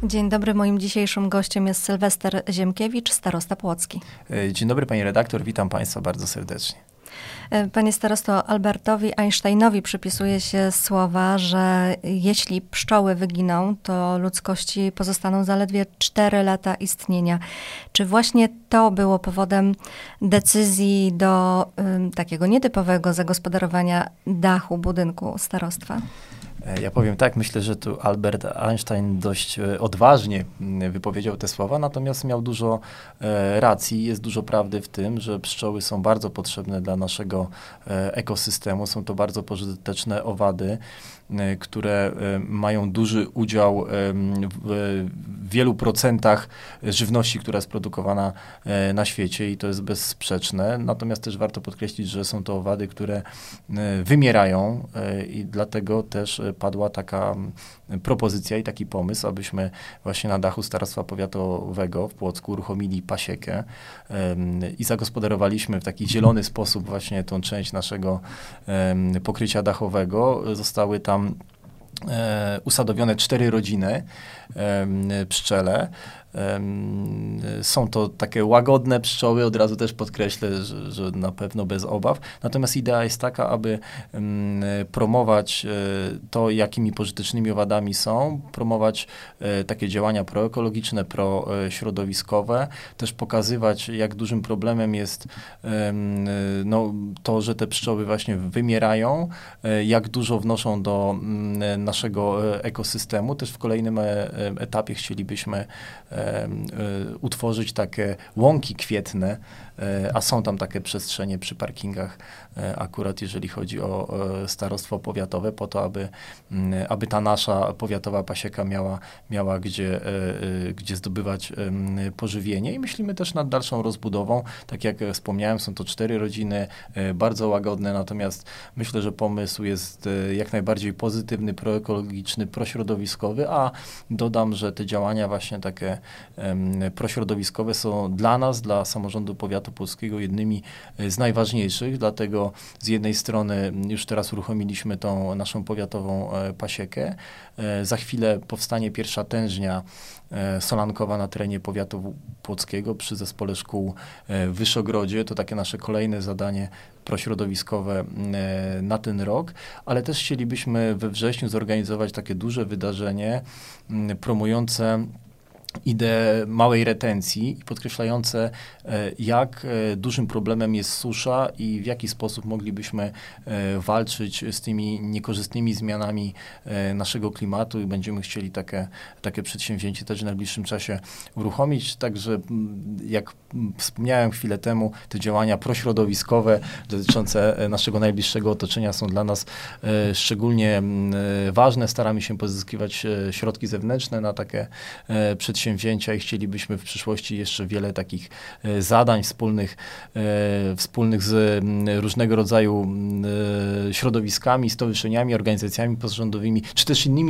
Dzień dobry, moim dzisiejszym gościem jest Sylwester Ziemkiewicz, starosta płocki. Dzień dobry pani redaktor, witam państwa bardzo serdecznie. Panie starosto, Albertowi Einsteinowi przypisuje się słowa, że jeśli pszczoły wyginą, to ludzkości pozostaną zaledwie 4 lata istnienia. Czy właśnie to było powodem decyzji do takiego nietypowego zagospodarowania dachu budynku starostwa? Ja powiem tak, myślę, że tu Albert Einstein dość odważnie wypowiedział te słowa, natomiast miał dużo racji, jest dużo prawdy w tym, że pszczoły są bardzo potrzebne dla naszego ekosystemu, są to bardzo pożyteczne owady, które mają duży udział w wielu procentach żywności, która jest produkowana na świecie i to jest bezsprzeczne. Natomiast też warto podkreślić, że są to owady, które wymierają i dlatego też padła taka propozycja i taki pomysł, abyśmy właśnie na dachu Starostwa Powiatowego w Płocku uruchomili pasiekę i zagospodarowaliśmy w taki zielony sposób właśnie tą część naszego pokrycia dachowego. Zostały tam usadowione 4 rodziny pszczele. Są to takie łagodne pszczoły, od razu też podkreślę, że na pewno bez obaw. Natomiast idea jest taka, aby promować to, jakimi pożytecznymi owadami są, promować takie działania proekologiczne, prośrodowiskowe, też pokazywać, jak dużym problemem jest to, że te pszczoły właśnie wymierają, jak dużo wnoszą do naszego ekosystemu. Też w kolejnym etapie chcielibyśmy utworzyć takie łąki kwietne, a są tam takie przestrzenie przy parkingach, akurat jeżeli chodzi o starostwo powiatowe, po to, aby ta nasza powiatowa pasieka miała gdzie zdobywać pożywienie i myślimy też nad dalszą rozbudową. Tak jak wspomniałem, są to 4 rodziny, bardzo łagodne, natomiast myślę, że pomysł jest jak najbardziej pozytywny, proekologiczny, prośrodowiskowy, a dodam, że te działania właśnie takie prośrodowiskowe są dla nas, dla samorządu powiatu płockiego jednymi z najważniejszych, dlatego z jednej strony już teraz uruchomiliśmy tą naszą powiatową pasiekę. Za chwilę powstanie pierwsza tężnia solankowa na terenie powiatu płockiego przy zespole szkół w Wyszogrodzie. To takie nasze kolejne zadanie prośrodowiskowe na ten rok, ale też chcielibyśmy we wrześniu zorganizować takie duże wydarzenie promujące ideę małej retencji i podkreślające, jak dużym problemem jest susza i w jaki sposób moglibyśmy walczyć z tymi niekorzystnymi zmianami naszego klimatu i będziemy chcieli takie przedsięwzięcie też w najbliższym czasie uruchomić. Także jak wspomniałem chwilę temu, te działania prośrodowiskowe dotyczące naszego najbliższego otoczenia są dla nas szczególnie ważne. Staramy się pozyskiwać środki zewnętrzne na takie przedsięwzięcia i chcielibyśmy w przyszłości jeszcze wiele takich zadań wspólnych z różnego rodzaju środowiskami, stowarzyszeniami, organizacjami pozarządowymi, czy też innymi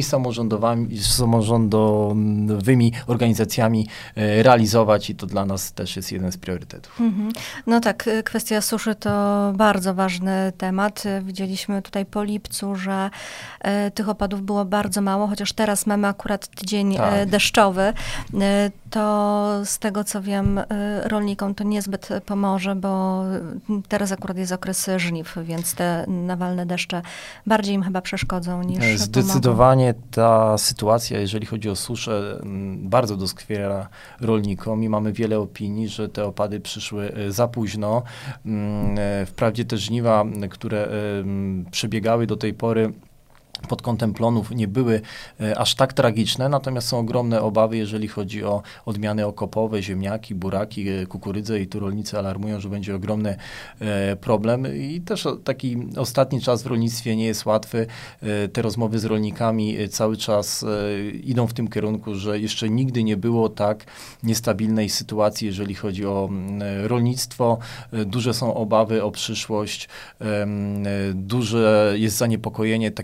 samorządowymi organizacjami realizować i to dla nas też jest jeden z priorytetów. No tak, kwestia suszy to bardzo ważny temat. Widzieliśmy tutaj po lipcu, że tych opadów było bardzo mało, chociaż teraz mamy akurat tydzień deszczowy. To z tego, co wiem, rolnikom to niezbyt pomoże, bo teraz akurat jest okres żniw, więc te nawalne deszcze bardziej im chyba przeszkodzą niż Zdecydowanie ta sytuacja, jeżeli chodzi o suszę, bardzo doskwiera rolnikom i mamy wiele opinii, że te opady przyszły za późno. Wprawdzie te żniwa, które przebiegały do tej pory pod kątem plonów nie były aż tak tragiczne, natomiast są ogromne obawy, jeżeli chodzi o odmiany okopowe, ziemniaki, buraki, kukurydzę i tu rolnicy alarmują, że będzie ogromny problem i też taki ostatni czas w rolnictwie nie jest łatwy. Te rozmowy z rolnikami cały czas idą w tym kierunku, że jeszcze nigdy nie było tak niestabilnej sytuacji, jeżeli chodzi o rolnictwo. Duże są obawy o przyszłość, duże jest zaniepokojenie takim ogromnym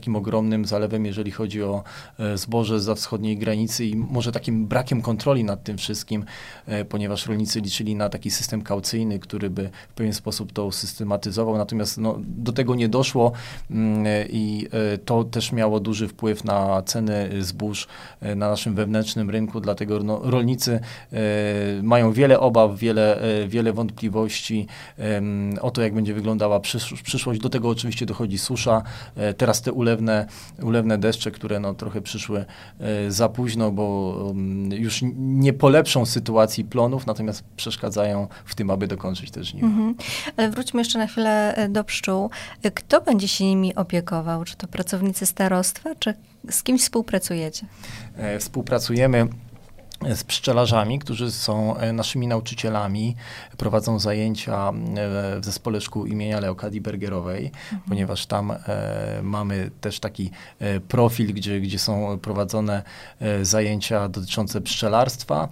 ogromnym zalewem, jeżeli chodzi o zboże zza wschodniej granicy i może takim brakiem kontroli nad tym wszystkim, ponieważ rolnicy liczyli na taki system kaucyjny, który by w pewien sposób to systematyzował, natomiast no, do tego nie doszło i to też miało duży wpływ na ceny zbóż na naszym wewnętrznym rynku, dlatego no, rolnicy mają wiele obaw, wiele wątpliwości o to, jak będzie wyglądała przyszłość. Do tego oczywiście dochodzi susza. Teraz te ulewne deszcze, które no, trochę przyszły za późno, bo już nie polepszą sytuacji plonów, natomiast przeszkadzają w tym, aby dokończyć te żniwa. Ale wróćmy jeszcze na chwilę do pszczół. Kto będzie się nimi opiekował? Czy to pracownicy starostwa, czy z kimś współpracujecie? Współpracujemy z pszczelarzami, którzy są naszymi nauczycielami, prowadzą zajęcia w Zespole Szkół imienia Leokadii Bergerowej, ponieważ tam mamy też taki profil, gdzie są prowadzone zajęcia dotyczące pszczelarstwa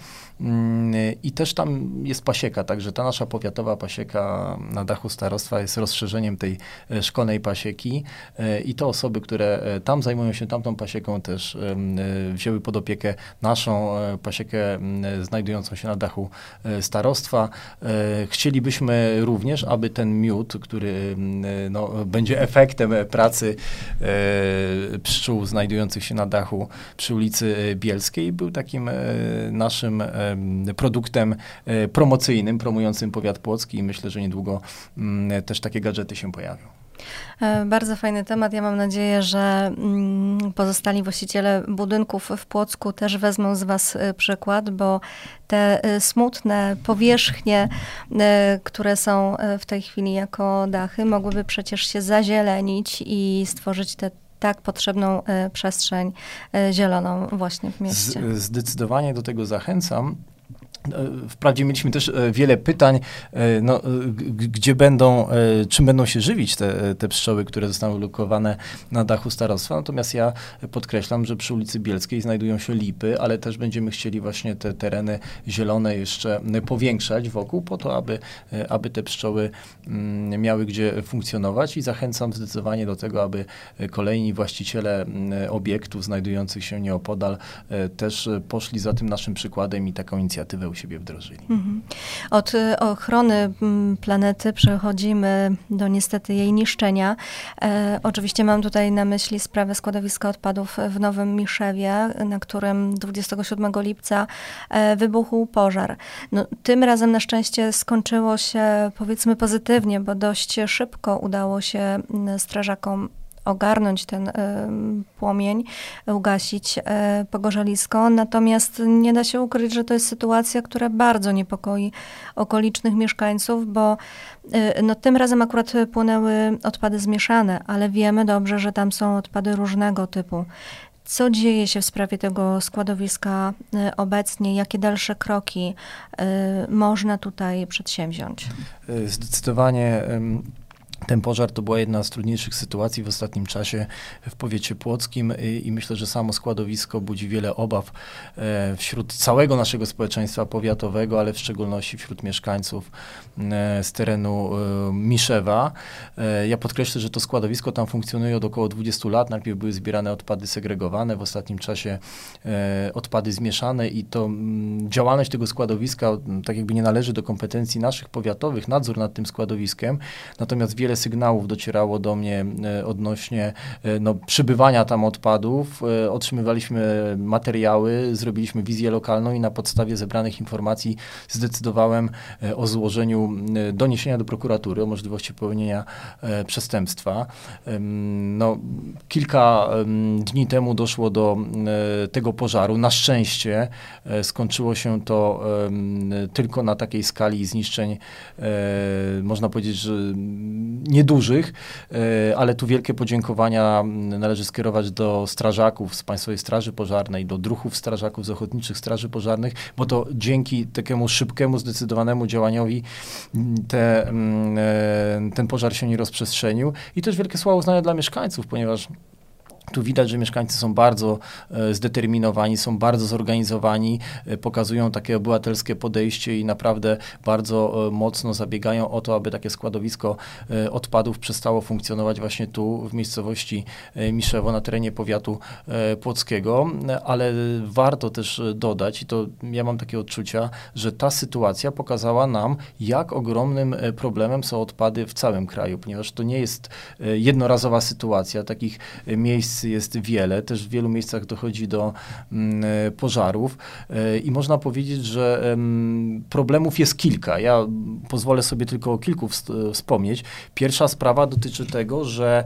i też tam jest pasieka, także ta nasza powiatowa pasieka na dachu starostwa jest rozszerzeniem tej szkolnej pasieki i te osoby, które tam zajmują się tamtą pasieką, też wzięły pod opiekę naszą pasiekę znajdującą się na dachu starostwa. Chcielibyśmy również, aby ten miód, który no, będzie efektem pracy pszczół znajdujących się na dachu przy ulicy Bielskiej, był takim naszym produktem promocyjnym, promującym powiat płocki i myślę, że niedługo też takie gadżety się pojawią. Bardzo fajny temat. Ja mam nadzieję, że pozostali właściciele budynków w Płocku też wezmą z was przykład, bo te smutne powierzchnie, które są w tej chwili jako dachy, mogłyby przecież się zazielenić i stworzyć tę tak potrzebną przestrzeń zieloną właśnie w mieście. Zdecydowanie do tego zachęcam. Wprawdzie mieliśmy też wiele pytań, no, gdzie będą, czym będą się żywić te pszczoły, które zostaną ulokowane na dachu starostwa. Natomiast ja podkreślam, że przy ulicy Bielskiej znajdują się lipy, ale też będziemy chcieli właśnie te tereny zielone jeszcze powiększać wokół, po to, aby te pszczoły miały gdzie funkcjonować i zachęcam zdecydowanie do tego, aby kolejni właściciele obiektów znajdujących się nieopodal też poszli za tym naszym przykładem i taką inicjatywę u siebie wdrożyli. Od ochrony planety przechodzimy do niestety jej niszczenia. Oczywiście mam tutaj na myśli sprawę składowiska odpadów w Nowym Miszewie, na którym 27 lipca wybuchł pożar. No, tym razem na szczęście skończyło się powiedzmy pozytywnie, bo dość szybko udało się strażakom ogarnąć ten płomień, ugasić pogorzelisko. Natomiast nie da się ukryć, że to jest sytuacja, która bardzo niepokoi okolicznych mieszkańców, bo no, tym razem akurat płonęły odpady zmieszane, ale wiemy dobrze, że tam są odpady różnego typu. Co dzieje się w sprawie tego składowiska obecnie? Jakie dalsze kroki można tutaj przedsięwziąć? Zdecydowanie ten pożar to była jedna z trudniejszych sytuacji w ostatnim czasie w powiecie płockim i myślę, że samo składowisko budzi wiele obaw wśród całego naszego społeczeństwa powiatowego, ale w szczególności wśród mieszkańców z terenu Miszewa. Ja podkreślę, że to składowisko tam funkcjonuje od około 20 lat. Najpierw były zbierane odpady segregowane, w ostatnim czasie odpady zmieszane i to działalność tego składowiska tak jakby nie należy do kompetencji naszych powiatowych, nadzór nad tym składowiskiem, natomiast wiele sygnałów docierało do mnie odnośnie przybywania tam odpadów. Otrzymywaliśmy materiały, zrobiliśmy wizję lokalną i na podstawie zebranych informacji zdecydowałem o złożeniu doniesienia do prokuratury o możliwości popełnienia przestępstwa. No, kilka dni temu doszło do tego pożaru. Na szczęście skończyło się to tylko na takiej skali zniszczeń, można powiedzieć, że niedużych, ale tu wielkie podziękowania należy skierować do strażaków z Państwowej Straży Pożarnej, do druhów strażaków z Ochotniczych Straży Pożarnych, bo to dzięki takiemu szybkiemu, zdecydowanemu działaniowi ten pożar się nie rozprzestrzenił. I też wielkie słowa uznania dla mieszkańców, ponieważ Tu widać, że mieszkańcy są bardzo zdeterminowani, są bardzo zorganizowani, pokazują takie obywatelskie podejście i naprawdę bardzo mocno zabiegają o to, aby takie składowisko odpadów przestało funkcjonować właśnie tu, w miejscowości Miszewo, na terenie powiatu płockiego, ale warto też dodać, i to ja mam takie odczucia, że ta sytuacja pokazała nam, jak ogromnym problemem są odpady w całym kraju, ponieważ to nie jest jednorazowa sytuacja, takich miejsc jest wiele, też w wielu miejscach dochodzi do pożarów i można powiedzieć, że problemów jest kilka. Ja pozwolę sobie tylko o kilku wspomnieć. Pierwsza sprawa dotyczy tego, że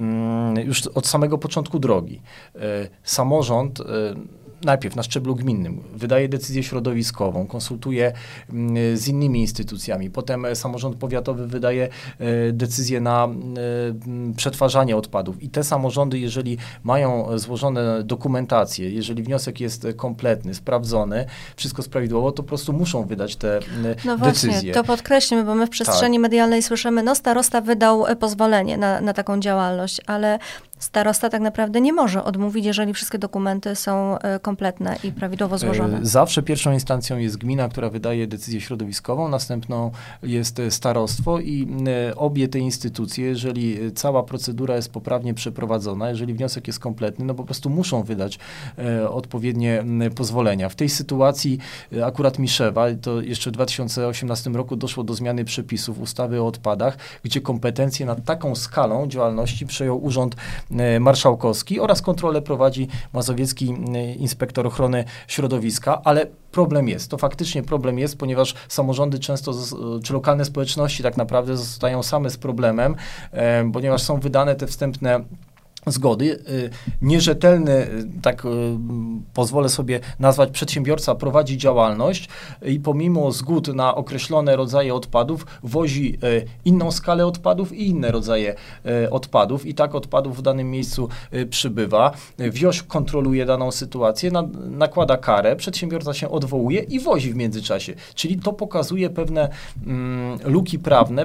już od samego początku drogi samorząd najpierw na szczeblu gminnym wydaje decyzję środowiskową, konsultuje z innymi instytucjami, potem samorząd powiatowy wydaje decyzję na przetwarzanie odpadów i te samorządy, jeżeli mają złożone dokumentacje, jeżeli wniosek jest kompletny, sprawdzony, wszystko prawidłowo, to po prostu muszą wydać te No decyzje. właśnie, to podkreślmy, bo my w przestrzeni medialnej słyszymy, no starosta wydał pozwolenie na taką działalność, ale starosta tak naprawdę nie może odmówić, jeżeli wszystkie dokumenty są kompletne i prawidłowo złożone. Zawsze pierwszą instancją jest gmina, która wydaje decyzję środowiskową, następną jest starostwo i obie te instytucje, jeżeli cała procedura jest poprawnie przeprowadzona, jeżeli wniosek jest kompletny, no po prostu muszą wydać odpowiednie pozwolenia. W tej sytuacji akurat Miszewa, to jeszcze w 2018 roku doszło do zmiany przepisów ustawy o odpadach, gdzie kompetencje nad taką skalą działalności przejął Urząd Marszałkowski oraz kontrolę prowadzi mazowiecki inspektor ochrony środowiska, ale problem jest, to faktycznie problem jest, ponieważ samorządy często, czy lokalne społeczności tak naprawdę zostają same z problemem, ponieważ są wydane te wstępne zgody. Nierzetelny, tak pozwolę sobie nazwać, przedsiębiorca prowadzi działalność i pomimo zgód na określone rodzaje odpadów wozi inną skalę odpadów i inne rodzaje odpadów i tak odpadów w danym miejscu przybywa. Wioś kontroluje daną sytuację, nakłada karę, przedsiębiorca się odwołuje i wozi w międzyczasie. Czyli to pokazuje pewne luki prawne,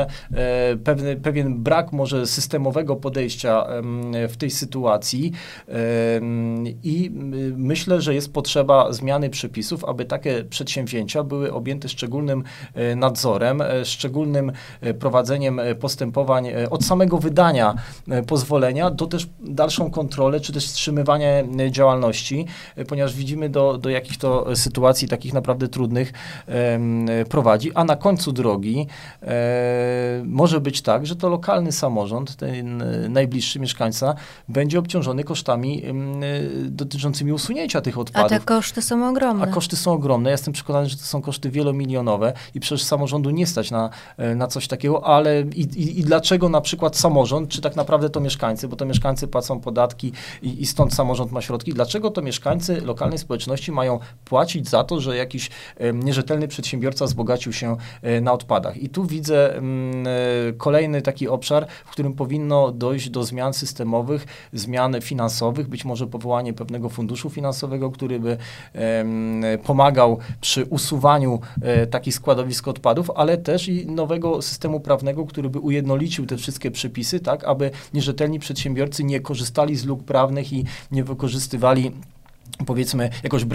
pewien brak może systemowego podejścia w tej sytuacji i myślę, że jest potrzeba zmiany przepisów, aby takie przedsięwzięcia były objęte szczególnym nadzorem, szczególnym prowadzeniem postępowań od samego wydania pozwolenia do też dalszą kontrolę, czy też wstrzymywania działalności, ponieważ widzimy do jakich to sytuacji takich naprawdę trudnych prowadzi, a na końcu drogi może być tak, że to lokalny samorząd, ten najbliższy mieszkańca będzie obciążony kosztami dotyczącymi usunięcia tych odpadów. A te koszty są ogromne. A koszty są ogromne. Ja jestem przekonany, że to są koszty wielomilionowe i przecież samorządu nie stać na coś takiego, ale i dlaczego na przykład samorząd, czy tak naprawdę to mieszkańcy, bo to mieszkańcy płacą podatki i stąd samorząd ma środki, dlaczego to mieszkańcy lokalnej społeczności mają płacić za to, że jakiś nierzetelny przedsiębiorca wzbogacił się na odpadach. I tu widzę kolejny taki obszar, w którym powinno dojść do zmian systemowych, zmian finansowych, być może powołanie pewnego funduszu finansowego, który by pomagał przy usuwaniu takich składowisk odpadów, ale też i nowego systemu prawnego, który by ujednolicił te wszystkie przepisy, tak, aby nierzetelni przedsiębiorcy nie korzystali z luk prawnych i nie wykorzystywali, powiedzmy, jakoś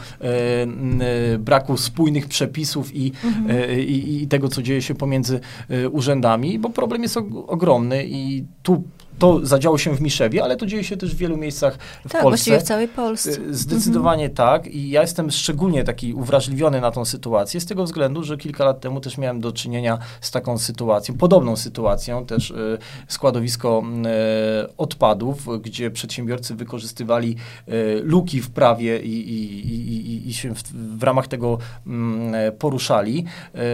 braku spójnych przepisów i tego, co dzieje się pomiędzy urzędami, bo problem jest ogromny i tu to zadziało się w Miszewie, ale to dzieje się też w wielu miejscach w Polsce. Właściwie w całej Polsce. Zdecydowanie tak i ja jestem szczególnie taki uwrażliwiony na tą sytuację z tego względu, że kilka lat temu też miałem do czynienia z taką sytuacją, podobną sytuacją, też składowisko odpadów, gdzie przedsiębiorcy wykorzystywali luki w prawie i się w ramach tego poruszali.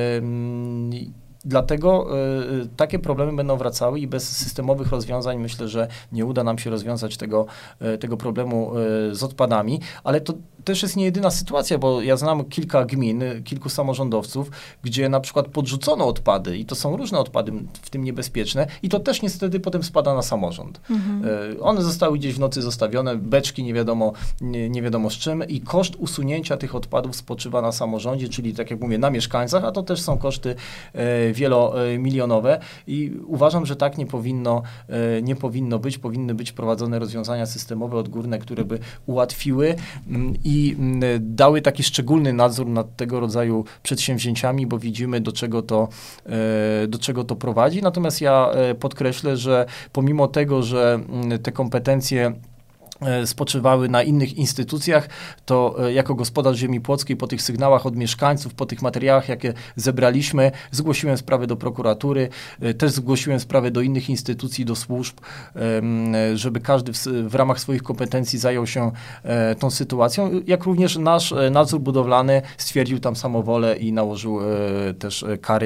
Dlatego takie problemy będą wracały i bez systemowych rozwiązań myślę, że nie uda nam się rozwiązać tego problemu z odpadami, ale to też jest nie jedyna sytuacja, bo ja znam kilka gmin, kilku samorządowców, gdzie na przykład podrzucono odpady i to są różne odpady, w tym niebezpieczne i to też niestety potem spada na samorząd. One zostały gdzieś w nocy zostawione, beczki nie wiadomo z czym i koszt usunięcia tych odpadów spoczywa na samorządzie, czyli tak jak mówię, na mieszkańcach, a to też są koszty wielomilionowe i uważam, że tak nie powinno być. Powinny być prowadzone rozwiązania systemowe, odgórne, które by ułatwiły i dały taki szczególny nadzór nad tego rodzaju przedsięwzięciami, bo widzimy, do czego to prowadzi. Natomiast ja podkreślę, że pomimo tego, że te kompetencje spoczywały na innych instytucjach, to jako gospodarz ziemi płockiej po tych sygnałach od mieszkańców, po tych materiałach, jakie zebraliśmy, zgłosiłem sprawę do prokuratury, też zgłosiłem sprawę do innych instytucji, do służb, żeby każdy w ramach swoich kompetencji zajął się tą sytuacją, jak również nasz nadzór budowlany stwierdził tam samowolę i nałożył też kary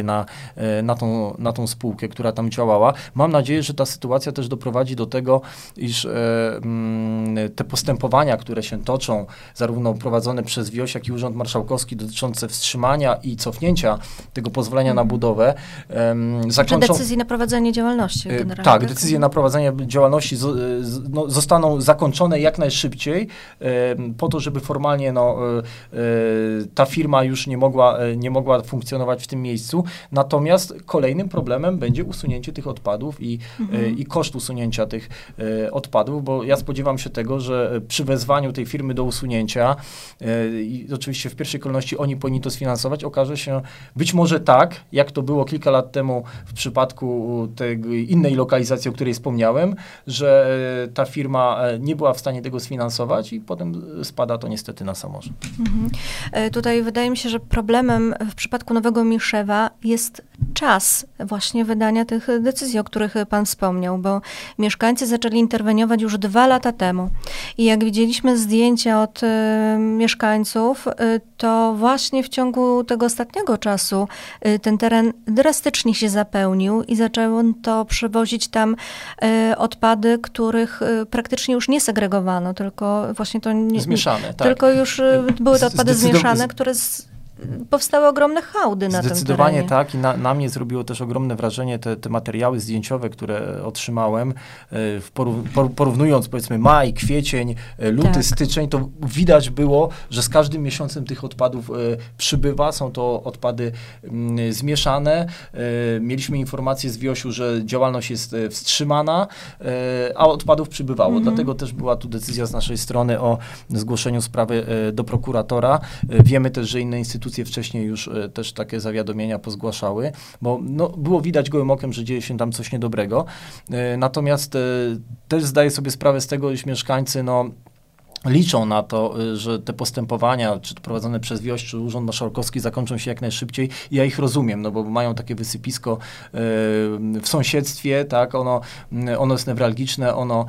na tą spółkę, która tam działała. Mam nadzieję, że ta sytuacja też doprowadzi do tego, iż te postępowania, które się toczą, zarówno prowadzone przez WIOŚ, jak i Urząd Marszałkowski dotyczące wstrzymania i cofnięcia tego pozwolenia na budowę, zakończą... decyzji na prowadzenie działalności generalnie. Tak, decyzje na prowadzenie działalności zostaną zakończone jak najszybciej, po to, żeby formalnie ta firma już nie mogła funkcjonować w tym miejscu. Natomiast kolejnym problemem będzie usunięcie tych odpadów i koszt usunięcia tych odpadów, bo ja spodziewam się tego, że przy wezwaniu tej firmy do usunięcia i oczywiście w pierwszej kolejności oni powinni to sfinansować, okaże się być może tak, jak to było kilka lat temu w przypadku tej innej lokalizacji, o której wspomniałem, że ta firma nie była w stanie tego sfinansować i potem spada to niestety na samorząd. Tutaj wydaje mi się, że problemem w przypadku Nowego Miszewa jest czas właśnie wydania tych decyzji, o których pan wspomniał, bo mieszkańcy zaczęli interweniować już 2 lata temu. I jak widzieliśmy zdjęcia od mieszkańców, to właśnie w ciągu tego ostatniego czasu ten teren drastycznie się zapełnił i zaczęło to przywozić tam odpady, których praktycznie już nie segregowano, tylko właśnie to nie... Zmieszane, tak. Tylko już były to odpady zmieszane, które... Powstały ogromne hałdy na tym terenie. Zdecydowanie tak i na mnie zrobiło też ogromne wrażenie te materiały zdjęciowe, które otrzymałem, porównując powiedzmy maj, kwiecień, luty, styczeń, to widać było, że z każdym miesiącem tych odpadów przybywa, są to odpady zmieszane. Mieliśmy informację z WIOŚ-u, że działalność jest wstrzymana, a odpadów przybywało. Dlatego też była tu decyzja z naszej strony o zgłoszeniu sprawy do prokuratora. Wiemy też, że inne instytucje wcześniej już też takie zawiadomienia pozgłaszały, bo było widać gołym okiem, że dzieje się tam coś niedobrego. Natomiast też zdaję sobie sprawę z tego, iż mieszkańcy liczą na to, że te postępowania, czy to prowadzone przez WIOŚ, czy Urząd Marszałkowski zakończą się jak najszybciej. I ja ich rozumiem, bo mają takie wysypisko w sąsiedztwie, tak, ono jest newralgiczne, ono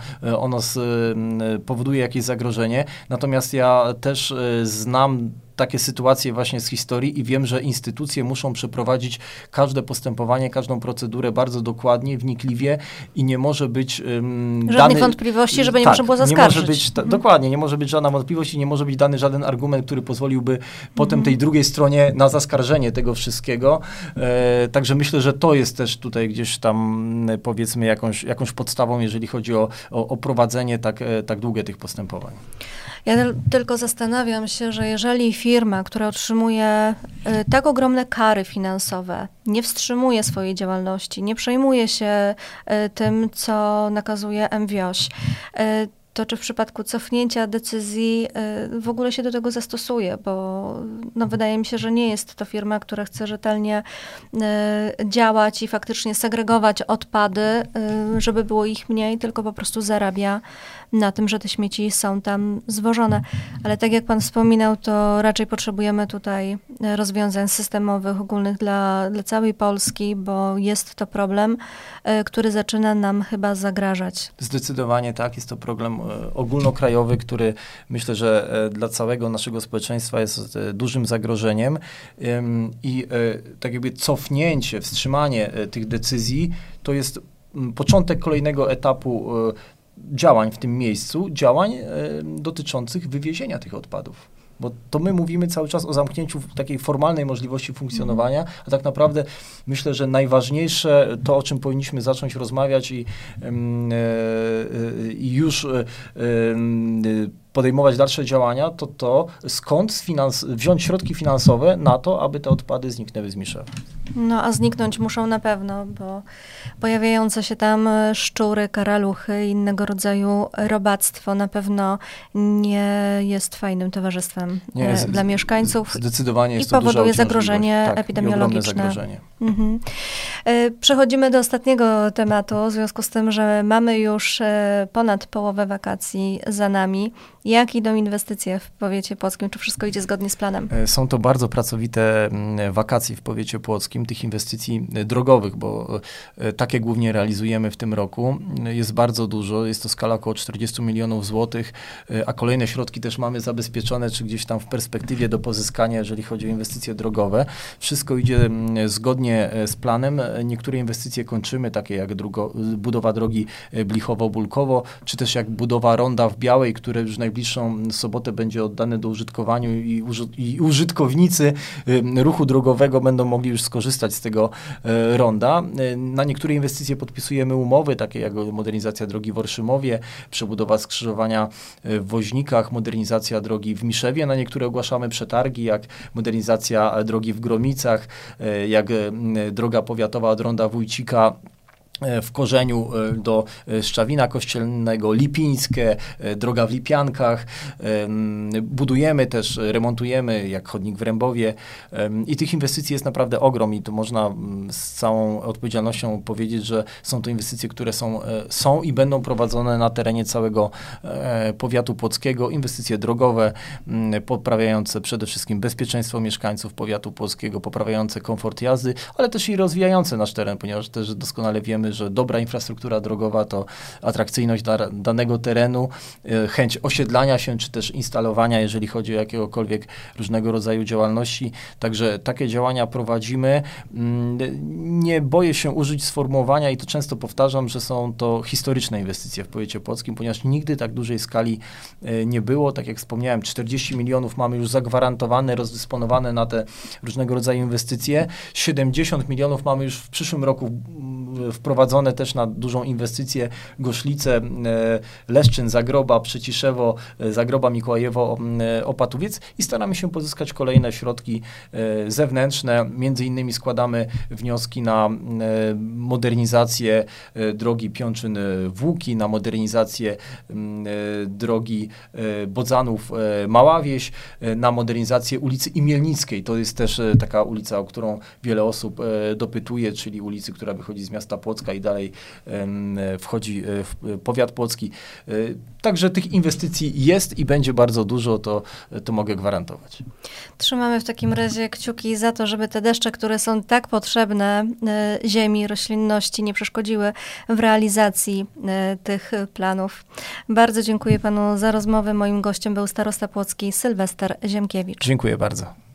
powoduje jakieś zagrożenie. Natomiast ja też znam takie sytuacje właśnie z historii i wiem, że instytucje muszą przeprowadzić każde postępowanie, każdą procedurę bardzo dokładnie, wnikliwie i nie może być żadnych wątpliwości, żeby nie można było zaskarżyć. Nie może być, dokładnie, nie może być żadna wątpliwość i nie może być dany żaden argument, który pozwoliłby potem tej drugiej stronie na zaskarżenie tego wszystkiego. Także myślę, że to jest też tutaj gdzieś tam powiedzmy jakąś podstawą, jeżeli chodzi o prowadzenie tak długie tych postępowań. Ja tylko zastanawiam się, że jeżeli firma, która otrzymuje tak ogromne kary finansowe, nie wstrzymuje swojej działalności, nie przejmuje się tym, co nakazuje MWIOŚ, to czy w przypadku cofnięcia decyzji w ogóle się do tego zastosuje, bo wydaje mi się, że nie jest to firma, która chce rzetelnie działać i faktycznie segregować odpady, żeby było ich mniej, tylko po prostu zarabia na tym, że te śmieci są tam zwożone. Ale tak jak pan wspominał, to raczej potrzebujemy tutaj rozwiązań systemowych, ogólnych dla całej Polski, bo jest to problem, który zaczyna nam chyba zagrażać. Zdecydowanie tak, jest to problem ogólnokrajowy, który myślę, że dla całego naszego społeczeństwa jest dużym zagrożeniem i tak jakby cofnięcie, wstrzymanie tych decyzji to jest początek kolejnego etapu działań w tym miejscu, działań dotyczących wywiezienia tych odpadów. Bo to my mówimy cały czas o zamknięciu takiej formalnej możliwości funkcjonowania, a tak naprawdę myślę, że najważniejsze to, o czym powinniśmy zacząć rozmawiać i już podejmować dalsze działania, to skąd wziąć środki finansowe na to, aby te odpady zniknęły z Miszewa. No a zniknąć muszą na pewno, bo pojawiające się tam szczury, karaluchy, innego rodzaju robactwo na pewno nie jest fajnym towarzystwem dla mieszkańców. Zdecydowanie jest i to duża powoduje zagrożenie epidemiologiczne. Zagrożenie. Przechodzimy do ostatniego tematu, w związku z tym, że mamy już ponad połowę wakacji za nami. Jak idą inwestycje w powiecie płockim? Czy wszystko idzie zgodnie z planem? Są to bardzo pracowite wakacje w powiecie płockim, tych inwestycji drogowych, bo takie głównie realizujemy w tym roku. Jest bardzo dużo, jest to skala około 40 milionów złotych, a kolejne środki też mamy zabezpieczone, czy gdzieś tam w perspektywie do pozyskania, jeżeli chodzi o inwestycje drogowe. Wszystko idzie zgodnie z planem. Niektóre inwestycje kończymy, takie jak budowa drogi Blichowo-Bulkowo, czy też jak budowa ronda w Białej, które już najbliższą sobotę będzie oddane do użytkowania i użytkownicy ruchu drogowego będą mogli już skorzystać z tego ronda. Na niektóre inwestycje podpisujemy umowy, takie jak modernizacja drogi w Orszymowie, przebudowa skrzyżowania w Woźnikach, modernizacja drogi w Miszewie. Na niektóre ogłaszamy przetargi, jak modernizacja drogi w Gromicach, jak droga powiatowa od ronda Wójcika w Korzeniu do Szczawina Kościelnego, Lipińskie, droga w Lipiankach. Budujemy też, remontujemy, jak chodnik w Rębowie. I tych inwestycji jest naprawdę ogrom i to można z całą odpowiedzialnością powiedzieć, że są to inwestycje, które są i będą prowadzone na terenie całego powiatu płockiego. Inwestycje drogowe, poprawiające przede wszystkim bezpieczeństwo mieszkańców powiatu płockiego, poprawiające komfort jazdy, ale też i rozwijające nasz teren, ponieważ też doskonale wiemy, że dobra infrastruktura drogowa to atrakcyjność danego terenu, chęć osiedlania się, czy też instalowania, jeżeli chodzi o jakiegokolwiek różnego rodzaju działalności. Także takie działania prowadzimy. Nie boję się użyć sformułowania i to często powtarzam, że są to historyczne inwestycje w powiecie płockim, ponieważ nigdy tak dużej skali nie było. Tak jak wspomniałem, 40 milionów mamy już zagwarantowane, rozdysponowane na te różnego rodzaju inwestycje. 70 milionów mamy już w przyszłym roku wprowadzone też na dużą inwestycję Goszlice, Leszczyn, Zagroba, Przyciszewo, Zagroba, Mikołajewo, Opatowiec i staramy się pozyskać kolejne środki zewnętrzne. Między innymi składamy wnioski na modernizację drogi Piączyn-Włóki, na modernizację drogi Bodzanów-Mała Wieś, na modernizację ulicy Imielnickiej. To jest też taka ulica, o którą wiele osób dopytuje, czyli ulicy, która wychodzi z miasta Płocka i dalej wchodzi w powiat płocki. Także tych inwestycji jest i będzie bardzo dużo, to mogę gwarantować. Trzymamy w takim razie kciuki za to, żeby te deszcze, które są tak potrzebne ziemi, roślinności, nie przeszkodziły w realizacji tych planów. Bardzo dziękuję panu za rozmowę. Moim gościem był starosta płocki Sylwester Ziemkiewicz. Dziękuję bardzo.